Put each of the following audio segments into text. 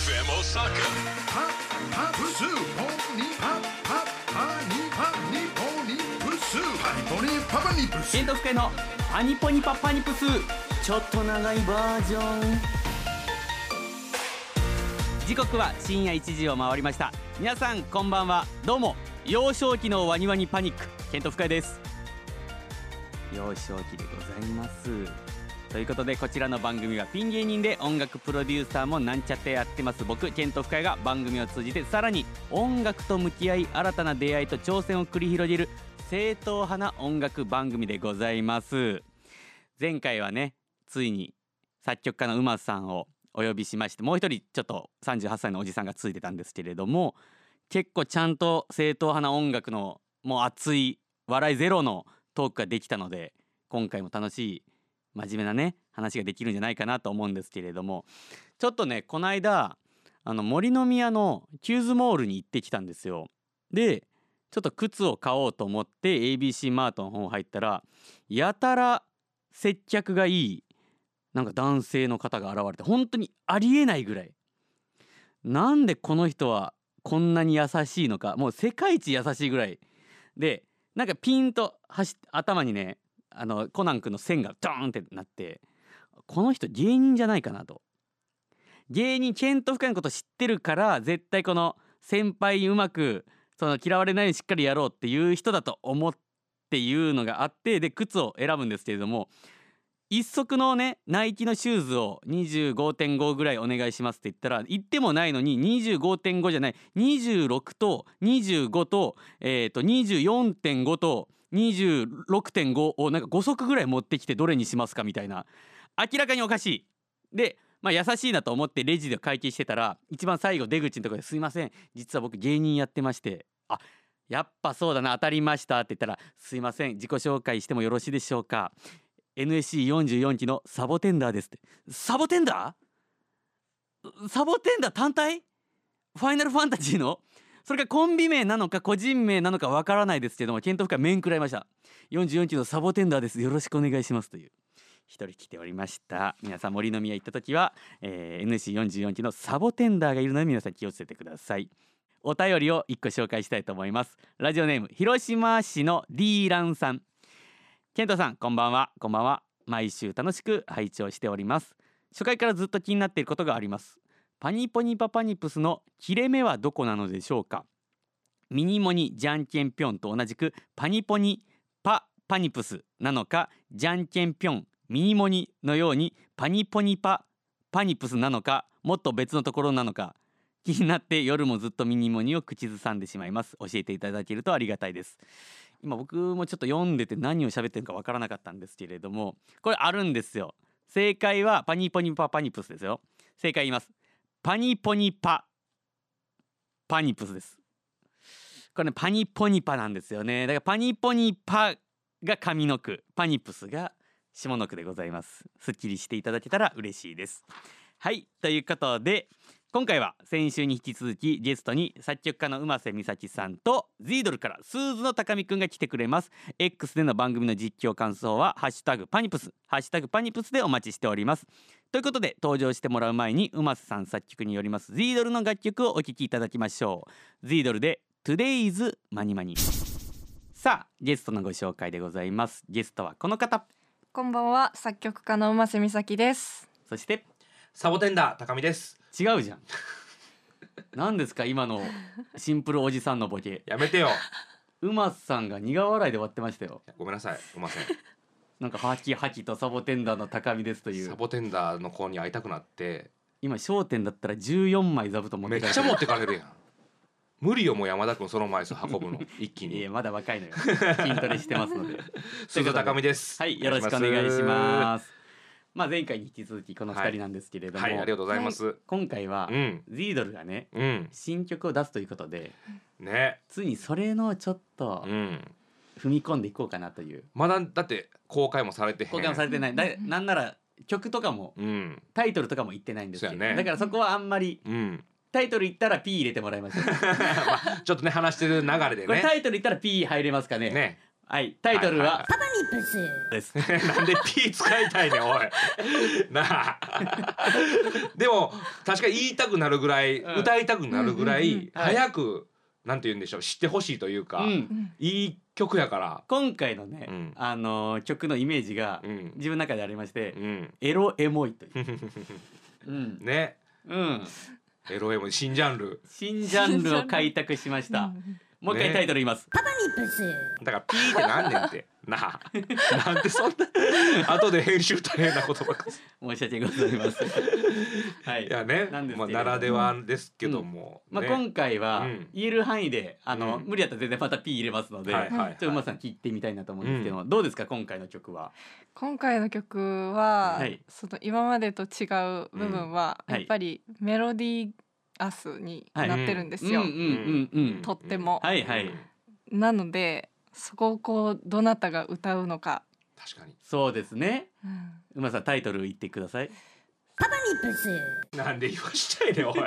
FM Osaka. Pusu, pony, pani, pony, pusu, pani, pony, papaにプス。 ケント深井のパニポニパパニプス、ちょっと長いバージョン。時刻は深夜1時を回りました。皆さんこんばんは。どうも幼少期のワニワニパニック、ケント深井です。幼少期でございます。ということで、こちらの番組はピン芸人で音楽プロデューサーもなんちゃってやってます僕ケント深井が番組を通じてさらに音楽と向き合い、新たな出会いと挑戦を繰り広げる正統派な音楽番組でございます。前回はね、ついに作曲家の馬さんをお呼びしまして、もう一人ちょっと38歳のおじさんがついてたんですけれども、結構ちゃんと正統派な音楽のもう熱い笑いゼロのトークができたので、今回も楽しい真面目なね話ができるんじゃないかなと思うんですけれども、ちょっとねこの間森の宮のキューズモールに行ってきたんですよ。でちょっと靴を買おうと思って ABC マートの方入ったら、やたら接客がいいなんか男性の方が現れて、本当にありえないぐらい、なんでこの人はこんなに優しいのか、もう世界一優しいぐらいで、なんかピンと頭にねコナン君の線がドーンってなって、この人芸人じゃないかなと。芸人ケント深井のこと知ってるから絶対この先輩うまくその嫌われないようにしっかりやろうっていう人だと思っていうのがあって、で靴を選ぶんですけれども、一足のねナイキのシューズを 25.5 ぐらいお願いしますって言ったら、言ってもないのに 25.5 じゃない26と25と24.5と26.5をなんか5足ぐらい持ってきて、どれにしますかみたいな、明らかにおかしい。で優しいなと思ってレジで会計してたら、一番最後出口のところで、すいません実は僕芸人やってまして、あやっぱそうだな当たりましたって言ったら、すいません自己紹介してもよろしいでしょうか、 NSC44 期のサボテンダーですって。サボテンダー単体ファイナルファンタジーの、それがコンビ名なのか個人名なのかわからないですけども、ケント深井面食らいました。44期のサボテンダーです、よろしくお願いしますという一人来ておりました。皆さん森の宮行った時は、NSC44 期のサボテンダーがいるので皆さん気をつけてください。お便りを1個紹介したいと思います。ラジオネーム広島市の D ランさん。ケントさんこんばんは。こんばんは。毎週楽しく拝聴しております。初回からずっと気になっていることがあります。パニポニパパニプスの切れ目はどこなのでしょうか。ミニモニじゃんけんぴょんと同じくパニポニパニプスなのか、じゃんけんぴょんミニモニのようにパニポニパニプスなのか、もっと別のところなのか気になって夜もずっとミニモニを口ずさんでしまいます。教えていただけるとありがたいです。今僕もちょっと読んでて何を喋ってるかわからなかったんですけれども、これあるんですよ。正解はパニポニパニプスですよ。正解言います。パニポニパニプスです。これねパニポニパなんですよね。だからパニポニパが上の句、パニプスが下の句でございます。すっきりしていただけたら嬉しいです。はい、ということで今回は先週に引き続きゲストに作曲家の馬瀬美咲さんとズイドルからスーズの高見くんが来てくれます。 X での番組の実況感想はハッシュタグパニプスでお待ちしております。ということで登場してもらう前に馬瀬さん作曲によりますズイドルの楽曲をお聴きいただきましょう。ズイドルで Today's マニマニ。さあゲストのご紹介でございます。ゲストはこの方。 こんばんは、作曲家の馬瀬美咲です。 そしてサボテンダー高見です。 違うじゃん何ですか今のシンプルおじさんのボケ。 やめてよ。 馬さんが苦笑いで終わってましたよ。 ごめんなさい、うません。 なんかハキハキとサボテンダーの高見ですという。 サボテンダーの子に会いたくなって今焦点だったら14枚座布団持ってめっちゃ持ってかれるやん。無理よもう山田君その枚数運ぶの一気に。 いやまだ若いのよ筋トレしてますので鈴高見です。 はい、よろしくお願いします。前回に引き続きこの2人なんですけれども、 はい、ありがとうございます。 今回は、ズイドルがね、新曲を出すということでね、 ついにそれのちょっと踏み込んでいこうかなという。 まだだって公開もされてへん。 公開もされてない。なんなら曲とかも、タイトルとかも言ってないんですけど、だからそこはあんまり、タイトル言ったら P 入れてもらいましょうちょっとね話してる流れでね。 これタイトル言ったら P 入れますかね。 はいタイトルははいパパニプスですなんで P 使いたいねんおいなあでも確かに言いたくなるぐらい、 うん歌いたくなるぐらい、 うんうんうん早くなんて言うんでしょう知ってほしいというか、 うんいい曲やから今回のね、 うん曲のイメージがうん自分の中でありまして、 うんエロエモいという、うんねうん、 エロエモ新ジャンル新ジャンルを開拓しました、もう一回タイトル言います、 パパニプスだからピーってなんねんってなあなんでそんな後で編集大変なことばっかり申し訳ございませんはいいやねなんですけれどもまあ、ならではですけども、 まあ、 ね今回はうん言える範囲でうん無理だったら全然また P 入れますので、 はいはいはいちょっと馬さん聞いてみたいなと思うんですけど、どうですか今回の曲は。 今回の曲は、 はいその今までと違う部分は、 うんはいやっぱりメロディアスになってるんですよ、 うんうんうんうんとってもはいはいなのでそこをこうどなたが歌うのか、 確かにそうですね。 うん馬さんタイトル言ってください。 パパニプスなんで言わしたいねんおい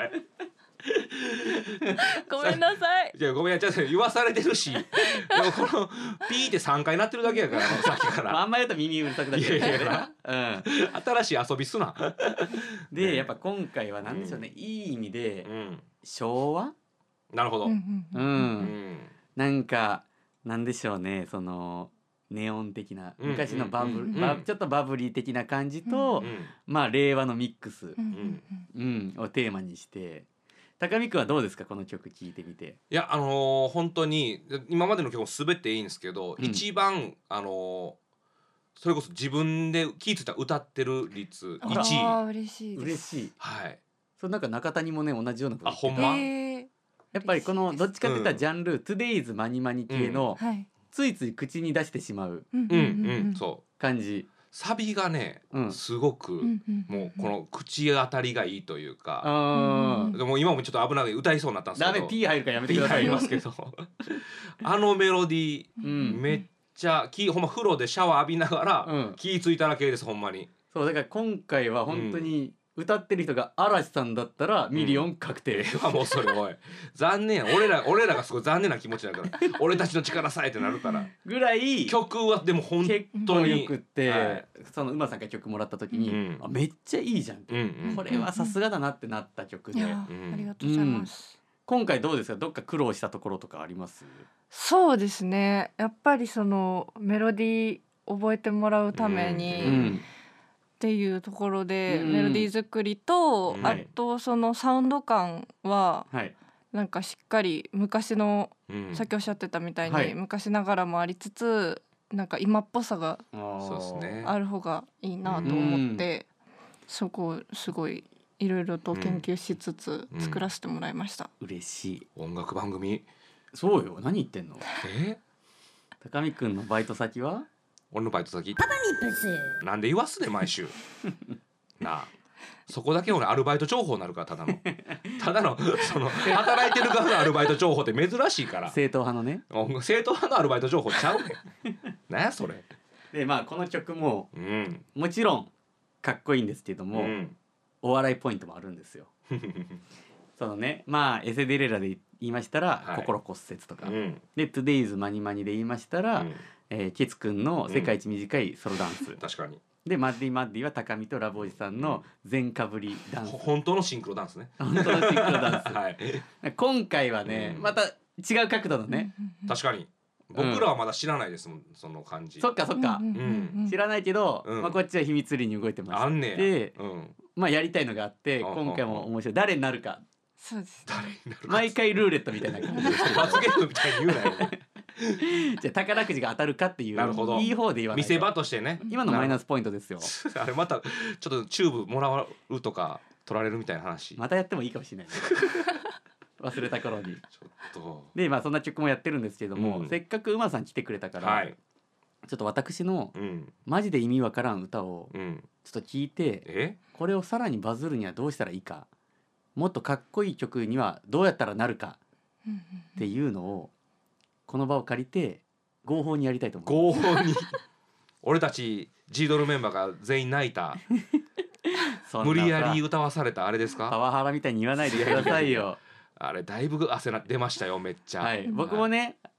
ごめんなさいいやごめんちょっと言わされてるしでもこのピーって3回なってるだけやからさっきかまあ、 らあんまり言うと耳うるさくなっちゃういやいから新しい遊びすなうん、でやっぱ今回は何でしょうね、いい意味でうん昭和、 なるほど、 うんうんうんなんかなんでしょうねそのネオン的な昔のバブル、 うんうんちょっとバブリー的な感じと、 うんまあ令和のミックス、 うんをテーマにして高見くんはどうですかこの曲聴いてみて。 いや本当に今までの曲も全ていいんですけど、 うん一番それこそ自分で気ぃついたら歌ってる率1位あー嬉しいです嬉しい。 はいそうなんか中谷もね同じようなこと言っててあほんまやっぱりこのどっちかって言ったらうんジャンル、Today's マニマニ系のはいついつい口に出してしまううんうんうんそう感じ。 サビがね、 うんすごく、もうこの口当たりがいいというか、 あうんでも今もちょっと危ない歌いそうになったんですけどダメ P 入るからやめて P くださいよ入りますけどあのメロディーうんめっちゃほんま風呂でシャワー浴びながら、 うん気ぃついたら系ですほんまにそうだから今回は本当に歌ってる人が嵐さんだったらミリオン確定、 もうそれおい残念や俺らがすごい残念な気持ちだから俺たちの力さえってなるからぐらい曲はでも本結当に構よくって、 はいその馬さんが曲もらった時に、 うんあめっちゃいいじゃんって、 うんうんこれはさすがだなってなった曲で、 いやうんありがとうございます、 今回どうですかどっか苦労したところとかあります？ そうですねやっぱりそのメロディー覚えてもらうために、 うんっていうところで、 うんメロディー作りと、 うんあとそのサウンド感ははいなんかしっかり昔の、 うんさっきおっしゃってたみたいに、 はい昔ながらもありつつなんか今っぽさがそうですねある方がいいなと思って、そこをすごいいろいろと研究しつつうん作らせてもらいました、 嬉しい。 音楽番組そうよ何言ってんの？ え高見くんのバイト先は？ 俺のバイト先パパニプスなんで言わすね毎週なあそこだけ俺アルバイト情報になるからただのその働いてる側のアルバイト情報って珍しいから正統派のね。 正統派のアルバイト情報ちゃうねんなんやそれでまあこの曲もうんもちろんかっこいいんですけども、 うんお笑いポイントもあるんですよ。そのねまあエセデレラで言いましたら、 はい心骨折とか、 うんで Today's マニマニで言いましたら、 うんケツくんの世界一短いソロダンス、 確かにでマッディマッディは高見とラブおじさんの全かぶりダンス、 本当のシンクロダンスね本当のシンクロダンスはい今回はね、 うんまた違う角度のね、 確かに僕らはまだ知らないですもんその感じそっかそっか、知らないけど、 うんまあ、こっちは秘密裏に動いてますあんねやで、 うんまあ、やりたいのがあってうん今回も面白い誰になるかそうです誰になるか毎回ルーレットみたいな感じですけど罰ゲームみたいに言うなよじゃあ宝くじが当たるかっていうなるほどいい方で言わないと見せ場としてね今のマイナスポイントですよあれまたちょっとチューブもらうとか取られるみたいな話またやってもいいかもしれないね忘れた頃にちょっとでまあそんな曲もやってるんですけども、 うんせっかく馬さん来てくれたから、 はいちょっと私のうんマジで意味わからん歌をうんちょっと聞いてえこれをさらにバズるにはどうしたらいいかもっとかっこいい曲にはどうやったらなるかっていうのをこの場を借りて合法にやりたいと思う。 合法に俺たち G ドルメンバーが全員泣いたそんなさ無理やり歌わされたあれですかパワハラみたいに言わないでくださいよ。 あれだいぶ汗出ましたよめっちゃ、 はい、僕もね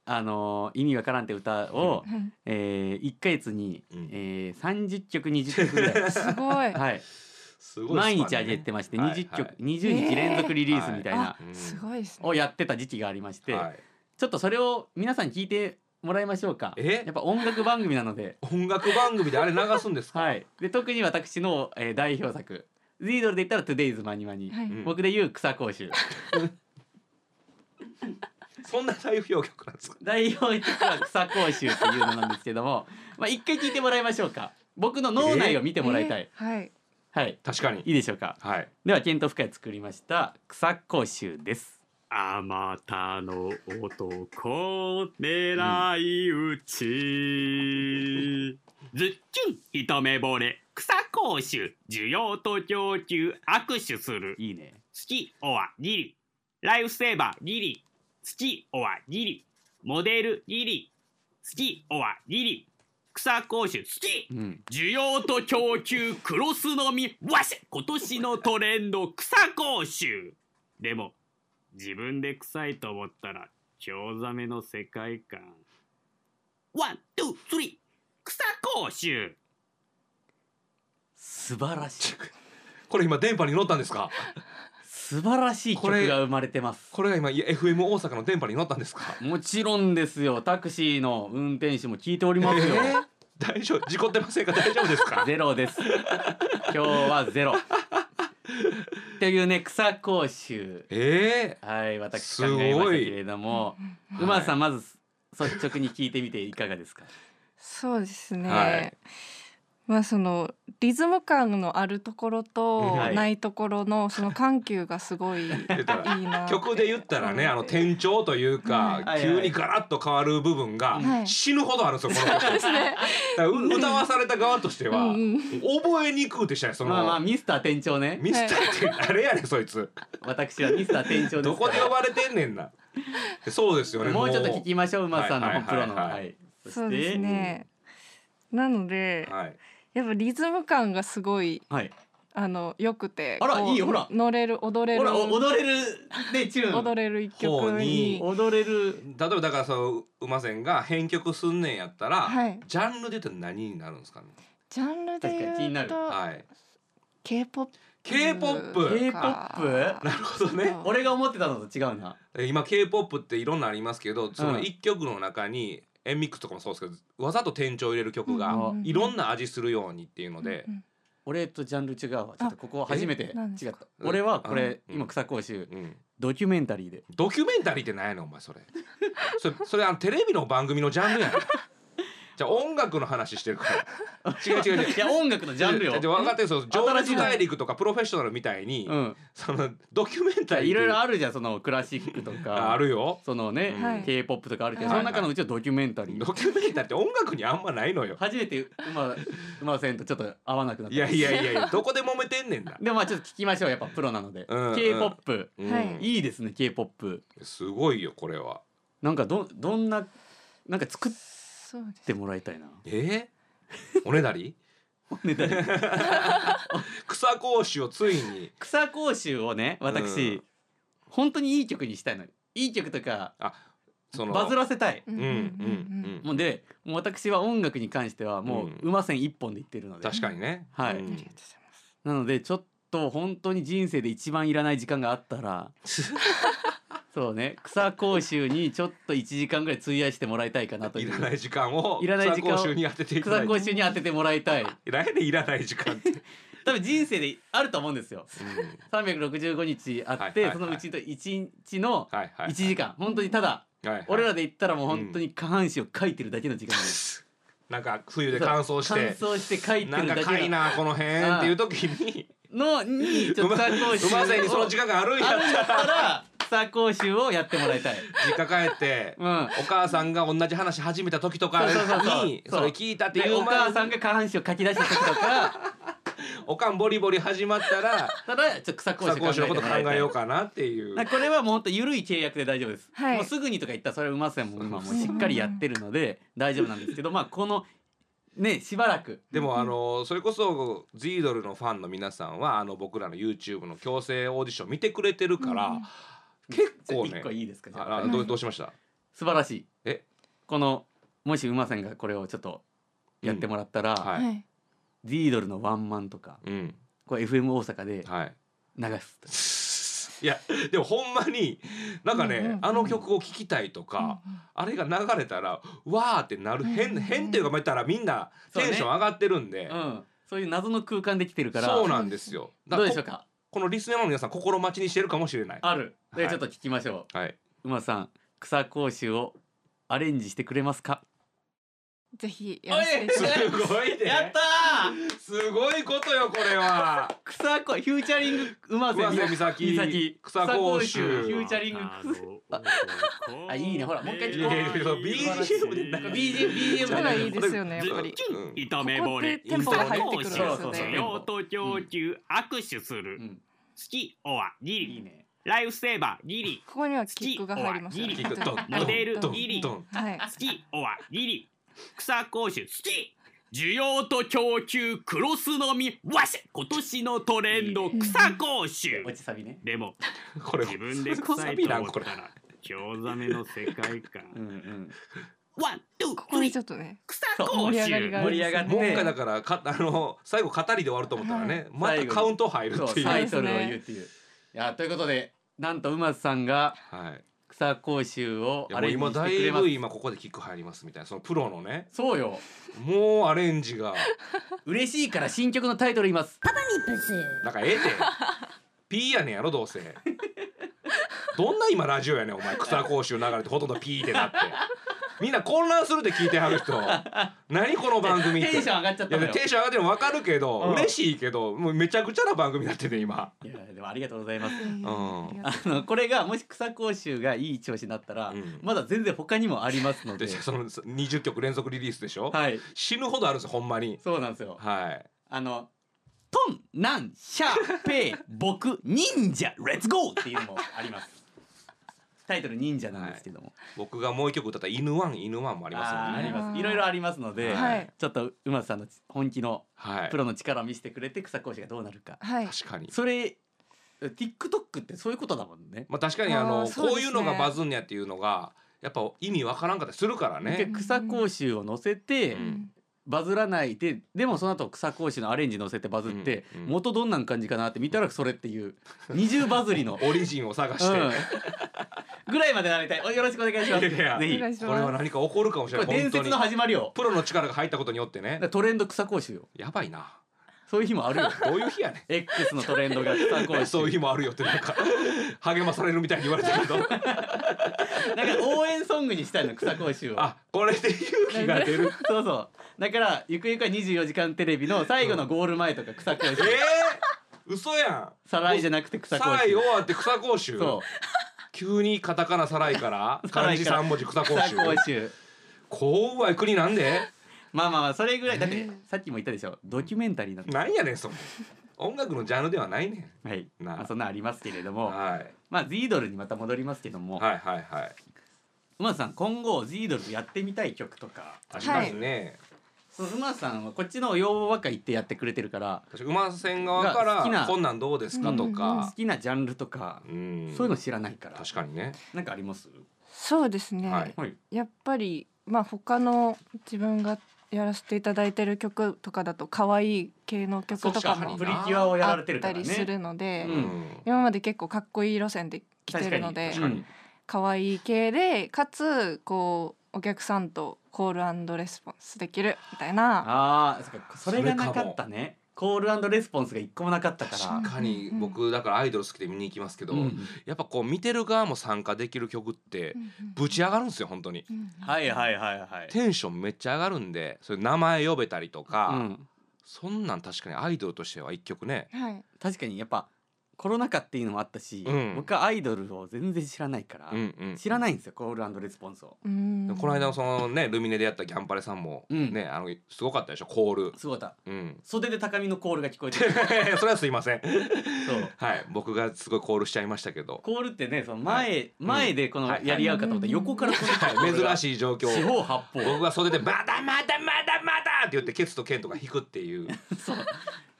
意味わからんって歌を、1ヶ月に、30曲20曲ぐらいすごい。 はいすごい毎日上げてまして20曲、20日連続リリースみたいな、 すごいですね。 をやってた時期がありまして、 はい、 ちょっとそれを皆さん聞いてもらいましょうか。 やっぱ音楽番組なので音楽番組であれ流すんですか？ はい、で特に私の、代表作ズイドルで言ったら Today's マニマニ、 はい僕で言う草講習そんな代表曲なんですか？ 代表曲は草講習っていうのなんですけどもまあ一回聞いてもらいましょうか。僕の脳内を見てもらいたい、 はいはい確かにいいでしょうか。 はいではケント深谷作りました草講習です。あまたの男狙い撃ち、ズッキュン一目惚れ草講習需要と供給握手する。いいね。好きおはギリライフセーバーギリ好きおはギリモデルギリ好きおはギリ草講習好き、需要と供給クロスのみわし今年のトレンド草講習。でも自分で臭いと思ったら興ざめの世界観。ワン、ツー、スリー草講習。素晴らしいこれ今電波に乗ったんですか？ 素晴らしい曲が生まれてます。 これが今 FM 大阪の電波に乗ったんですか？ もちろんですよ。タクシーの運転手も聞いておりますよ、 大丈夫事故ってませんか？大丈夫ですか？ ゼロです今日はゼロっていうね草講習、はい私考えましたけれども、馬さんまず率直に聞いてみていかがですか？ そうですね、 はい、 まあそのリズム感のあるところとないところのその緩急がすごいいいな曲で言ったらね転調というか、急にガラッと変わる部分が死ぬほどあるんですよ、この曲。だから歌わされた側としては覚えにくくてしたね。そのまあミスター店長ね。 ミスターって誰やねんそいつ。 私はミスター店長ですから。 どこで呼ばれてんねんな。そうですよね。 もうちょっと聞きましょう馬さんのプロの。 そうですね。なので、やっぱリズム感がすごい、良くて、 あらいいよほら乗れる踊れる踊れるねチューン踊れる一曲に踊れる。 例えばだからそう馬線が編曲すんねんやったら、ジャンルで言ったら何になるんですかね？ ジャンルで言うと、K-POP K-POP なるほどね。 俺が思ってたのと違うな。 今 K-POP っていろんなありますけど、その一曲の中にエンミックスとかもそうですけどわざと転調を入れる曲がいろんな味するようにっていうので、 俺とジャンル違うわ。ちょっとここ初めて違った。俺はこれ今草講習ドキュメンタリーで。 ドキュメンタリーって何やねんお前それそれテレビの番組のジャンルやねん。じゃあ音楽の話してるから違ういや音楽のジャンルよ。 分かってる。そう情熱大陸とかプロフェッショナルみたいに、そのドキュメンタリーいろいろあるじゃん。そのクラシックとかあるよ。 そのね、K-POP とかあるけど、その中のうちはドキュメンタリー。 ドキュメンタリーって音楽にあんまないのよ。 初めて馬せんとちょっと合わなくなった。 いやどこで揉めてんねんな。 でもまあちょっと聞きましょう。やっぱプロなので、K-POP、いいですね K-POP。 すごいよこれは。 なんかどんななんか作ってもらいたいな。 おねだり草講習をついに草講習をね私、本当にいい曲にしたいの。いい曲とかバズらせたい。もうでもう私は音楽に関してはもう馬線一本で言ってるので。 確かにね。 はい、なのでちょっと本当に人生で一番いらない時間があったらそうね草講習にちょっと1時間ぐらい費やしてもらいたいかなという。 いらない時間を草講習に当てていただいて。 草講習に当ててもらいたい。 いらない時間って多分人生であると思うんですよ、365日あって、そのうちの1日の1時間、本当にただ、俺らで言ったらもう本当に下半身をかいてるだけの時間です、 なんか冬で乾燥してかいてるだけのなんかかいなこの辺っていう時にちょっと草講習馬線にその時間があるんやったら草講習をやってもらいたい。 実家帰って、お母さんが同じ話始めた時とかにそれ聞いたっていうお母さんが下半身をかき出した時とかおかんボリボリ始まったらちょっと草講習のこと考えようかなっていう。 これはもうほんと緩い契約で大丈夫です、もうすぐにとか言ったらそれは馬線も今もうしっかりやってるので大丈夫なんですけど、まあこのねしばらくでもそれこそズイドルのファンの皆さんは僕らの YouTube の強制オーディション見てくれてるから、結構ね。 1個いいですか？ どうしました？ 素晴らしい。 えこのもし馬さんがこれをちょっとやってもらったら、 はディードルのワンマンとかうんこれ FM 大阪ではい流す。 いやでもほんまになんかね、 うんうんうんあの曲を聴きたいとか、あれが流れたらわーってなる、変っていうか言ったらみんなテンション上がってるんで、 そういう謎の空間できてるからそうなんですよ。だからどうでしょうか。 このリスナーの皆さん心待ちにしてるかもしれない。 あるで、 はいちょっと聞きましょはい。 う。馬さん草講習をアレンジしてくれますか。 ぜひやらせていただきすごいね。 やったー。 すごいことよこれは。 草講フューチャリング馬瀬上瀬美咲草講習フューチャリングあいいねほらもう一回聞こう。 いやいやいや BGM でなんか BGM それがいいですよねやっぱり。 一目惚れここでテンポが入ってくるんですよねそうそう用途供給握手するうん好きおはギリいいね。 ライフセーバーギリここにはキックが入りますよね。 キックドンモデルドンギリドンはい。 好きおはギリ草講習好き需要と供給クロスのみわし今年のトレンド草講習落ちサビね。 でもこれ自分で臭いと思ったら興ざめの世界観ワン、ツー、 ここにちょっとね草講習盛り上がりがあるんですよ盛り上がってもう一回だから最後語りで終わると思ったらね、またカウント入るそうっていう。 タイトルを言うっていう。いやということでなんと馬瀬さんがはい。 草講習をいやアレンジしてもう今だいくれます。 ぶ今ここでキック入りますみたいなそのプロのねそうよ。 もうアレンジが嬉しいから新曲のタイトル言います。 パパニプスなんかええて P やねんやろどうせどんな今ラジオやねんお前草講習流れてほとんど P ってなってみんな混乱するで聞いてはる人何この番組ってテンション上がっちゃったのよ。 いやテンション上がってるの分かるけど、 うん嬉しいけどもうめちゃくちゃな番組になってて今いやでもありがとうございます。 んこれがもし草講習がいい調子になったら、 うんまだ全然他にもありますので。 でその20曲連続リリースでしょ、 はい。 死ぬほどあるんですよほんまにそうなんですよ。 はいトンナンシャペイ僕忍者レッツゴーっていうのもあります。タイトル忍者なんですけども、 僕がもう一曲歌った犬ワンもありますあのでねります。いろいろありますので、 はいちょっと馬瀬さんの本気のはいプロの力を見せてくれて草講習がどうなるか。 はい。 確かにそれ TikTok ってそういうことだもんね。 まあ確かにそうですねこういうのがバズんねやっていうのがやっぱ意味わからんかったりするからでね草講習を載せて、 うんバズらないででもその後草講習のアレンジ載せてバズって、 うん元どんなん感じかなって見たらそれっていう二重バズりの、 オリジンを探して、 うんぐらいまでなりたい。よろしくお願いします。 いやいやぜひお願いしますこれは何か起こるかもしれこない本当にれ伝説の始まりよ。 プロの力が入ったことによってねトレンド草講習よ。 やばいなそういう日もあるよ。 どういう日やね X のトレンドが草講習。 んそういう日もあるよってなんか励まされるみたいに言われたけどなんか応援ソングにしたいの草講習を。 あこれで勇気が出るそうそう。だからゆくゆくは24時間テレビの最後のゴール前とか草講習。 嘘やんさらいじゃなくて草講サライ習。 終わって草講習そう。 急にカタカナサライから漢字3文字草講草習講習。 怖い国なんでまあまあまあそれぐらいだってさっきも言ったでしょドキュメンタリーなんて。 なんやねんそれ音楽のジャンルではないねはい。 なまあそんなんありますけれどんも、 はいまあ Z ドルにまた戻りますけども、 はいはいはい馬さん今後 Z ドルでやってみたい曲とかありますね、 その馬さんはこっちの要望ばっか言ってやってくれてるから確か馬線側かが好きならこんなんどうですかと好か、 きなジャンルとか、 うんそういうの知らないから確かにね、 なんかあります？ そうですね。 はいはい。 やっぱりまあ他の自分がやらせていただいてる曲とかだと可愛い系の曲とかもプリキュアをやらあっれてるからね。 たりするので、 うん今まで結構かっこいい路線で来てるので確かに可愛い系でかつこうお客さんとコール&レスポンスできるみたいな。 ああ、それがなかったね。コール&レスポンスが一個もなかったから。 確かに僕だからアイドル好きで見に行きますけど、 うんやっぱこう見てる側も参加できる曲ってぶち上がるんですよ本当に。 はいはいはいはい。 テンションめっちゃ上がるんで、それ名前呼べたりとか、 うんそんなん確かにアイドルとしては一曲ね。 はい。 確かにやっぱコロナ禍っていうのもあったし、 うん僕はアイドルを全然知らないから、 うんうん。 知らないんですよコール&レスポンスを。 この間のそのねルミネでやったギャンパレさんもうんね、すごかったでしょコール。 すごかった。 うん。 袖で高見のコールが聞こえてる。 それはすいません。 そう。 はい、僕がすごいコールしちゃいましたけど。 コールってね、そのはい前でこのはいやり合うかと思ったら横からこの珍いしい状況。 四方八方。 僕が袖でまだまだまだまだって言ってケツと剣とか引くっていう。 そう。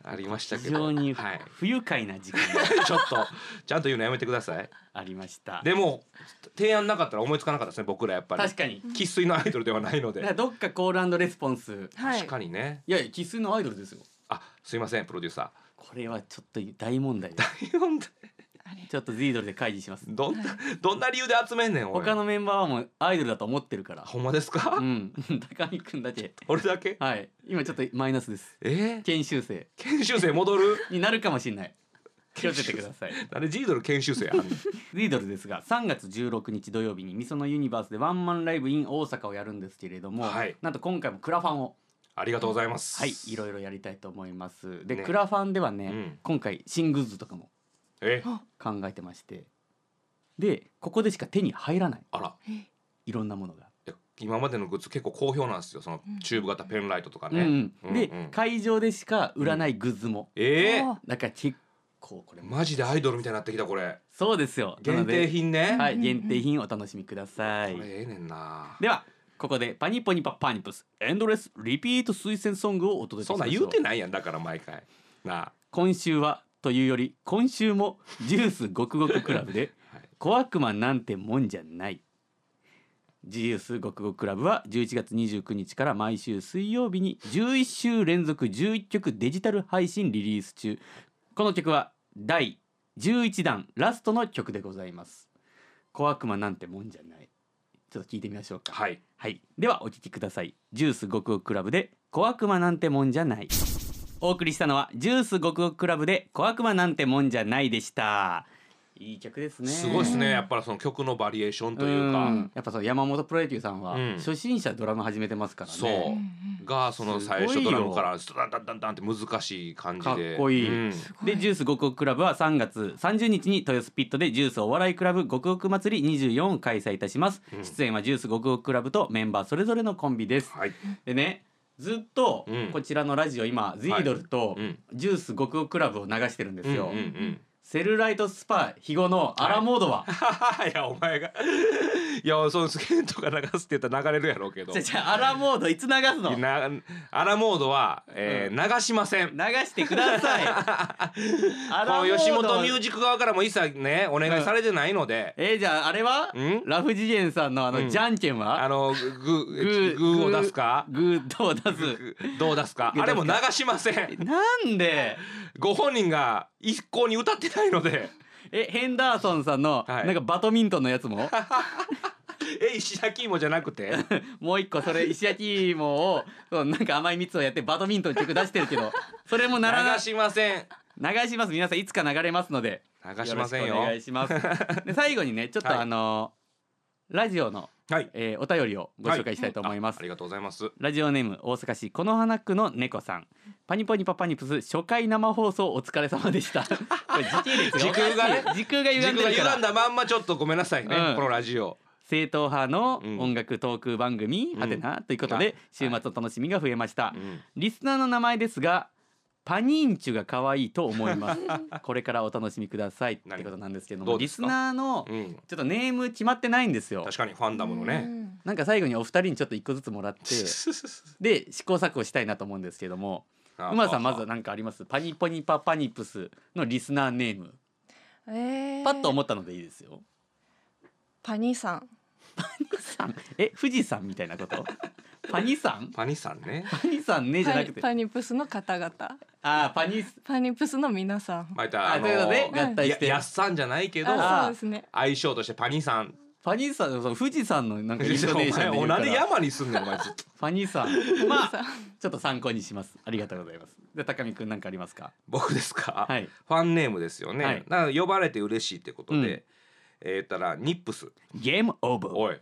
ありましたけ非ど、 常にはい、 不愉快な時間ちょっとちゃんと言うのやめてください。 がありましたでも提案なかったら思いつかなかったですね、僕らやっぱり。 確かに生粋のアイドルではないので。 だからどっかコール&レスポンスはい確かにね。 いや生粋のアイドルですよ。 あ、すいませんプロデューサこれはちょっと大問題ですー。本当ちょっとズイドルで開示しますどんな理由で集めんねん俺。 他のメンバーはもうアイドルだと思ってるからほんまですか？ うん高見くんだけ俺だけ？ はい今ちょっとマイナスです研修生研修生戻る？ になるかもしれない気をつけてくださいなんで G ドル研修生あんの？ ズイドルですが3月16日土曜日にみそのユニバースでワンマンライブ in 大阪をやるんですけれども、 はいなんと今回もクラファンをありがとうございます。 はいいろいろやりたいと思いますで、 ねクラファンではね、 うん今回新グッズとかもえ、 考えてましてでここでしか手に入らないあら、 いろんなものが、 いや今までのグッズ結構好評なんですよ。そのチューブ型ペンライトとかね。 うんうんで、 うんうん会場でしか売らないグッズも、 あだから結構これマジでアイドルみたいになってきたこれ。 そうですよ限定品ね。 なのではい限定品お楽しみくださいこれええねんな。 ではここでパニポニパパニプスエンドレスリピート推薦ソングをお届けしそんなんましょう。 言うてないやんだから毎回なあ。 今週はというより今週もジュースごくごくクラブではい小悪魔なんてもんじゃない。ジュースごくごくクラブは11月29日から毎週水曜日に11週連続11曲デジタル配信リリース中。この曲は第11弾ラストの曲でございます。小悪魔なんてもんじゃない。ちょっと聞いてみましょうか。 はい。 はい、ではお聴きください。ジュースごくごくクラブで小悪魔なんてもんじゃない。お送りしたのはジュースごくごくクラブで小悪魔なんてもんじゃないでした。いい曲ですね。 すごいですね。やっぱりその曲のバリエーションというか、 やっぱそう山本プロ野球さんはうん初心者ドラム始めてますからね。 そうがその最初ドラムからダンダンダンダンって難しい感じでかっこいいうんでジュースごくごくクラブは3月30日に豊洲ピットでジュースお笑いクラブごくごく祭り24を開催いたします、 うん出演はジュースごくごくクラブとメンバーそれぞれのコンビです。 はい。 でねずっとうんこちらのラジオ今ズイドルとうんジュースごくごくクラブを流してるんですよ、 うんうんうんセルライトスパ肥後のアラモードは、 いやお前がいやそのスケートが流すって言ったら流れるやろうけどじゃアラモードいつ流すの？ なアラモードは、流しません。 流してくださいアこラモードの吉本ミュージック側からも一切ねお願いされてないので、 じゃああれはんラフ次元さんのうんじゃんけんは、 グーを出すかグーどう出すどう出すかグーあれも流しません。 なんでご本人が一向に歌ってないのでヘンダーソンさんのはいなんかバドミントンのやつも石焼き芋じゃなくてもう一個それ石焼き芋をそうなんか甘い蜜をやってバドミントン曲出してるけどそれもならない流しません。 流します。皆さんいつか流れますので流しませんよろしくお願いしますで最後にねちょっとはいラジオの、 はいお便りをご紹介したいと思います、 ありがとうございます。 ラジオネーム大阪市此花区の猫さん。パニポニパパニプス初回生放送お疲れ様でしたこれ時系列がおかしい時空がね時空が歪んでるから軸が歪んだまんまちょっとごめんなさいね、 うんこのラジオ正統派のうん音楽トーク番組、 うんはてなということで週末の楽しみが増えました、 うんリスナーの名前ですがパニンチュが可愛いと思いますこれからお楽しみくださいってことなんですけどもリスどうですかナーのうんちょっとネーム決まってないんですよ。 確かにファンダムのねなんか最後にお二人にちょっと一個ずつもらってで試行錯誤したいなと思うんですけども馬さんまずは何かあります？パニポニパパニプスのリスナーネームパッと思ったのでいいですよ。 パニさん。 さん富士山みたいなことパニさんパニさんねパニさんねじゃなくてパニプスの方々。 パニパニプスの皆さん。 またということで合体してやっさんじゃないけどあ、そうですね。 相性としてパニさんパニさんそう富士山のなんかイントネーションで言うからお前山にすんねんお前ずっとパニさんまあちょっと参考にします。ありがとうございます。で高見くんなんかありますか？ 僕ですか、 はいファンネームですよね、 はいだから呼ばれて嬉しいってことで、言ったらニップスゲームオーバー。 おい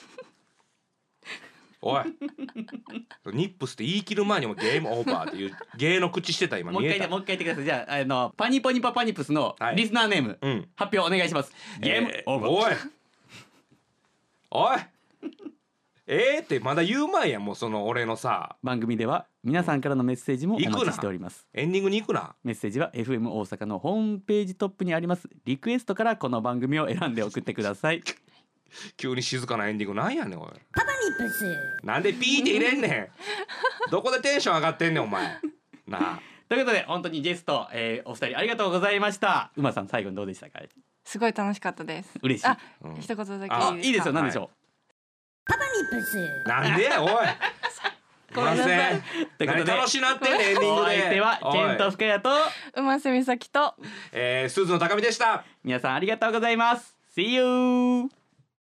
おいニップスって言い切る前にもゲームオーバーっていう芸の口してた今もう一回見えたもう一回言ってください。じゃあパニポニパパニプスのはいリスナーネーム、 うん発表お願いします。ゲームオーバー。 おいおいってまだ言う前やもうその俺のさ番組では皆さんからのメッセージもお待ちしております。 エンディングに行くなメッセージは FM 大阪のホームページトップにありますリクエストからこの番組を選んで送ってください。 急に静かなエンディングなんやねんおいパパニプスなんでピーって入れんねんどこでテンション上がってんねんお前なあということで本当にゲスト、お二人ありがとうございました。馬さん最後にどうでしたか？ すごい楽しかったです。 嬉しい。 あ、 うん一言だけいいですか？ あ、いいですよ。何でしょパパニプス。 なんでおいごめんなさい。 う。ということで楽しなってんねエンディングで。 お相手はケント深谷と馬瀬美咲とスーズの高見でした。 皆さんありがとうございます。See you。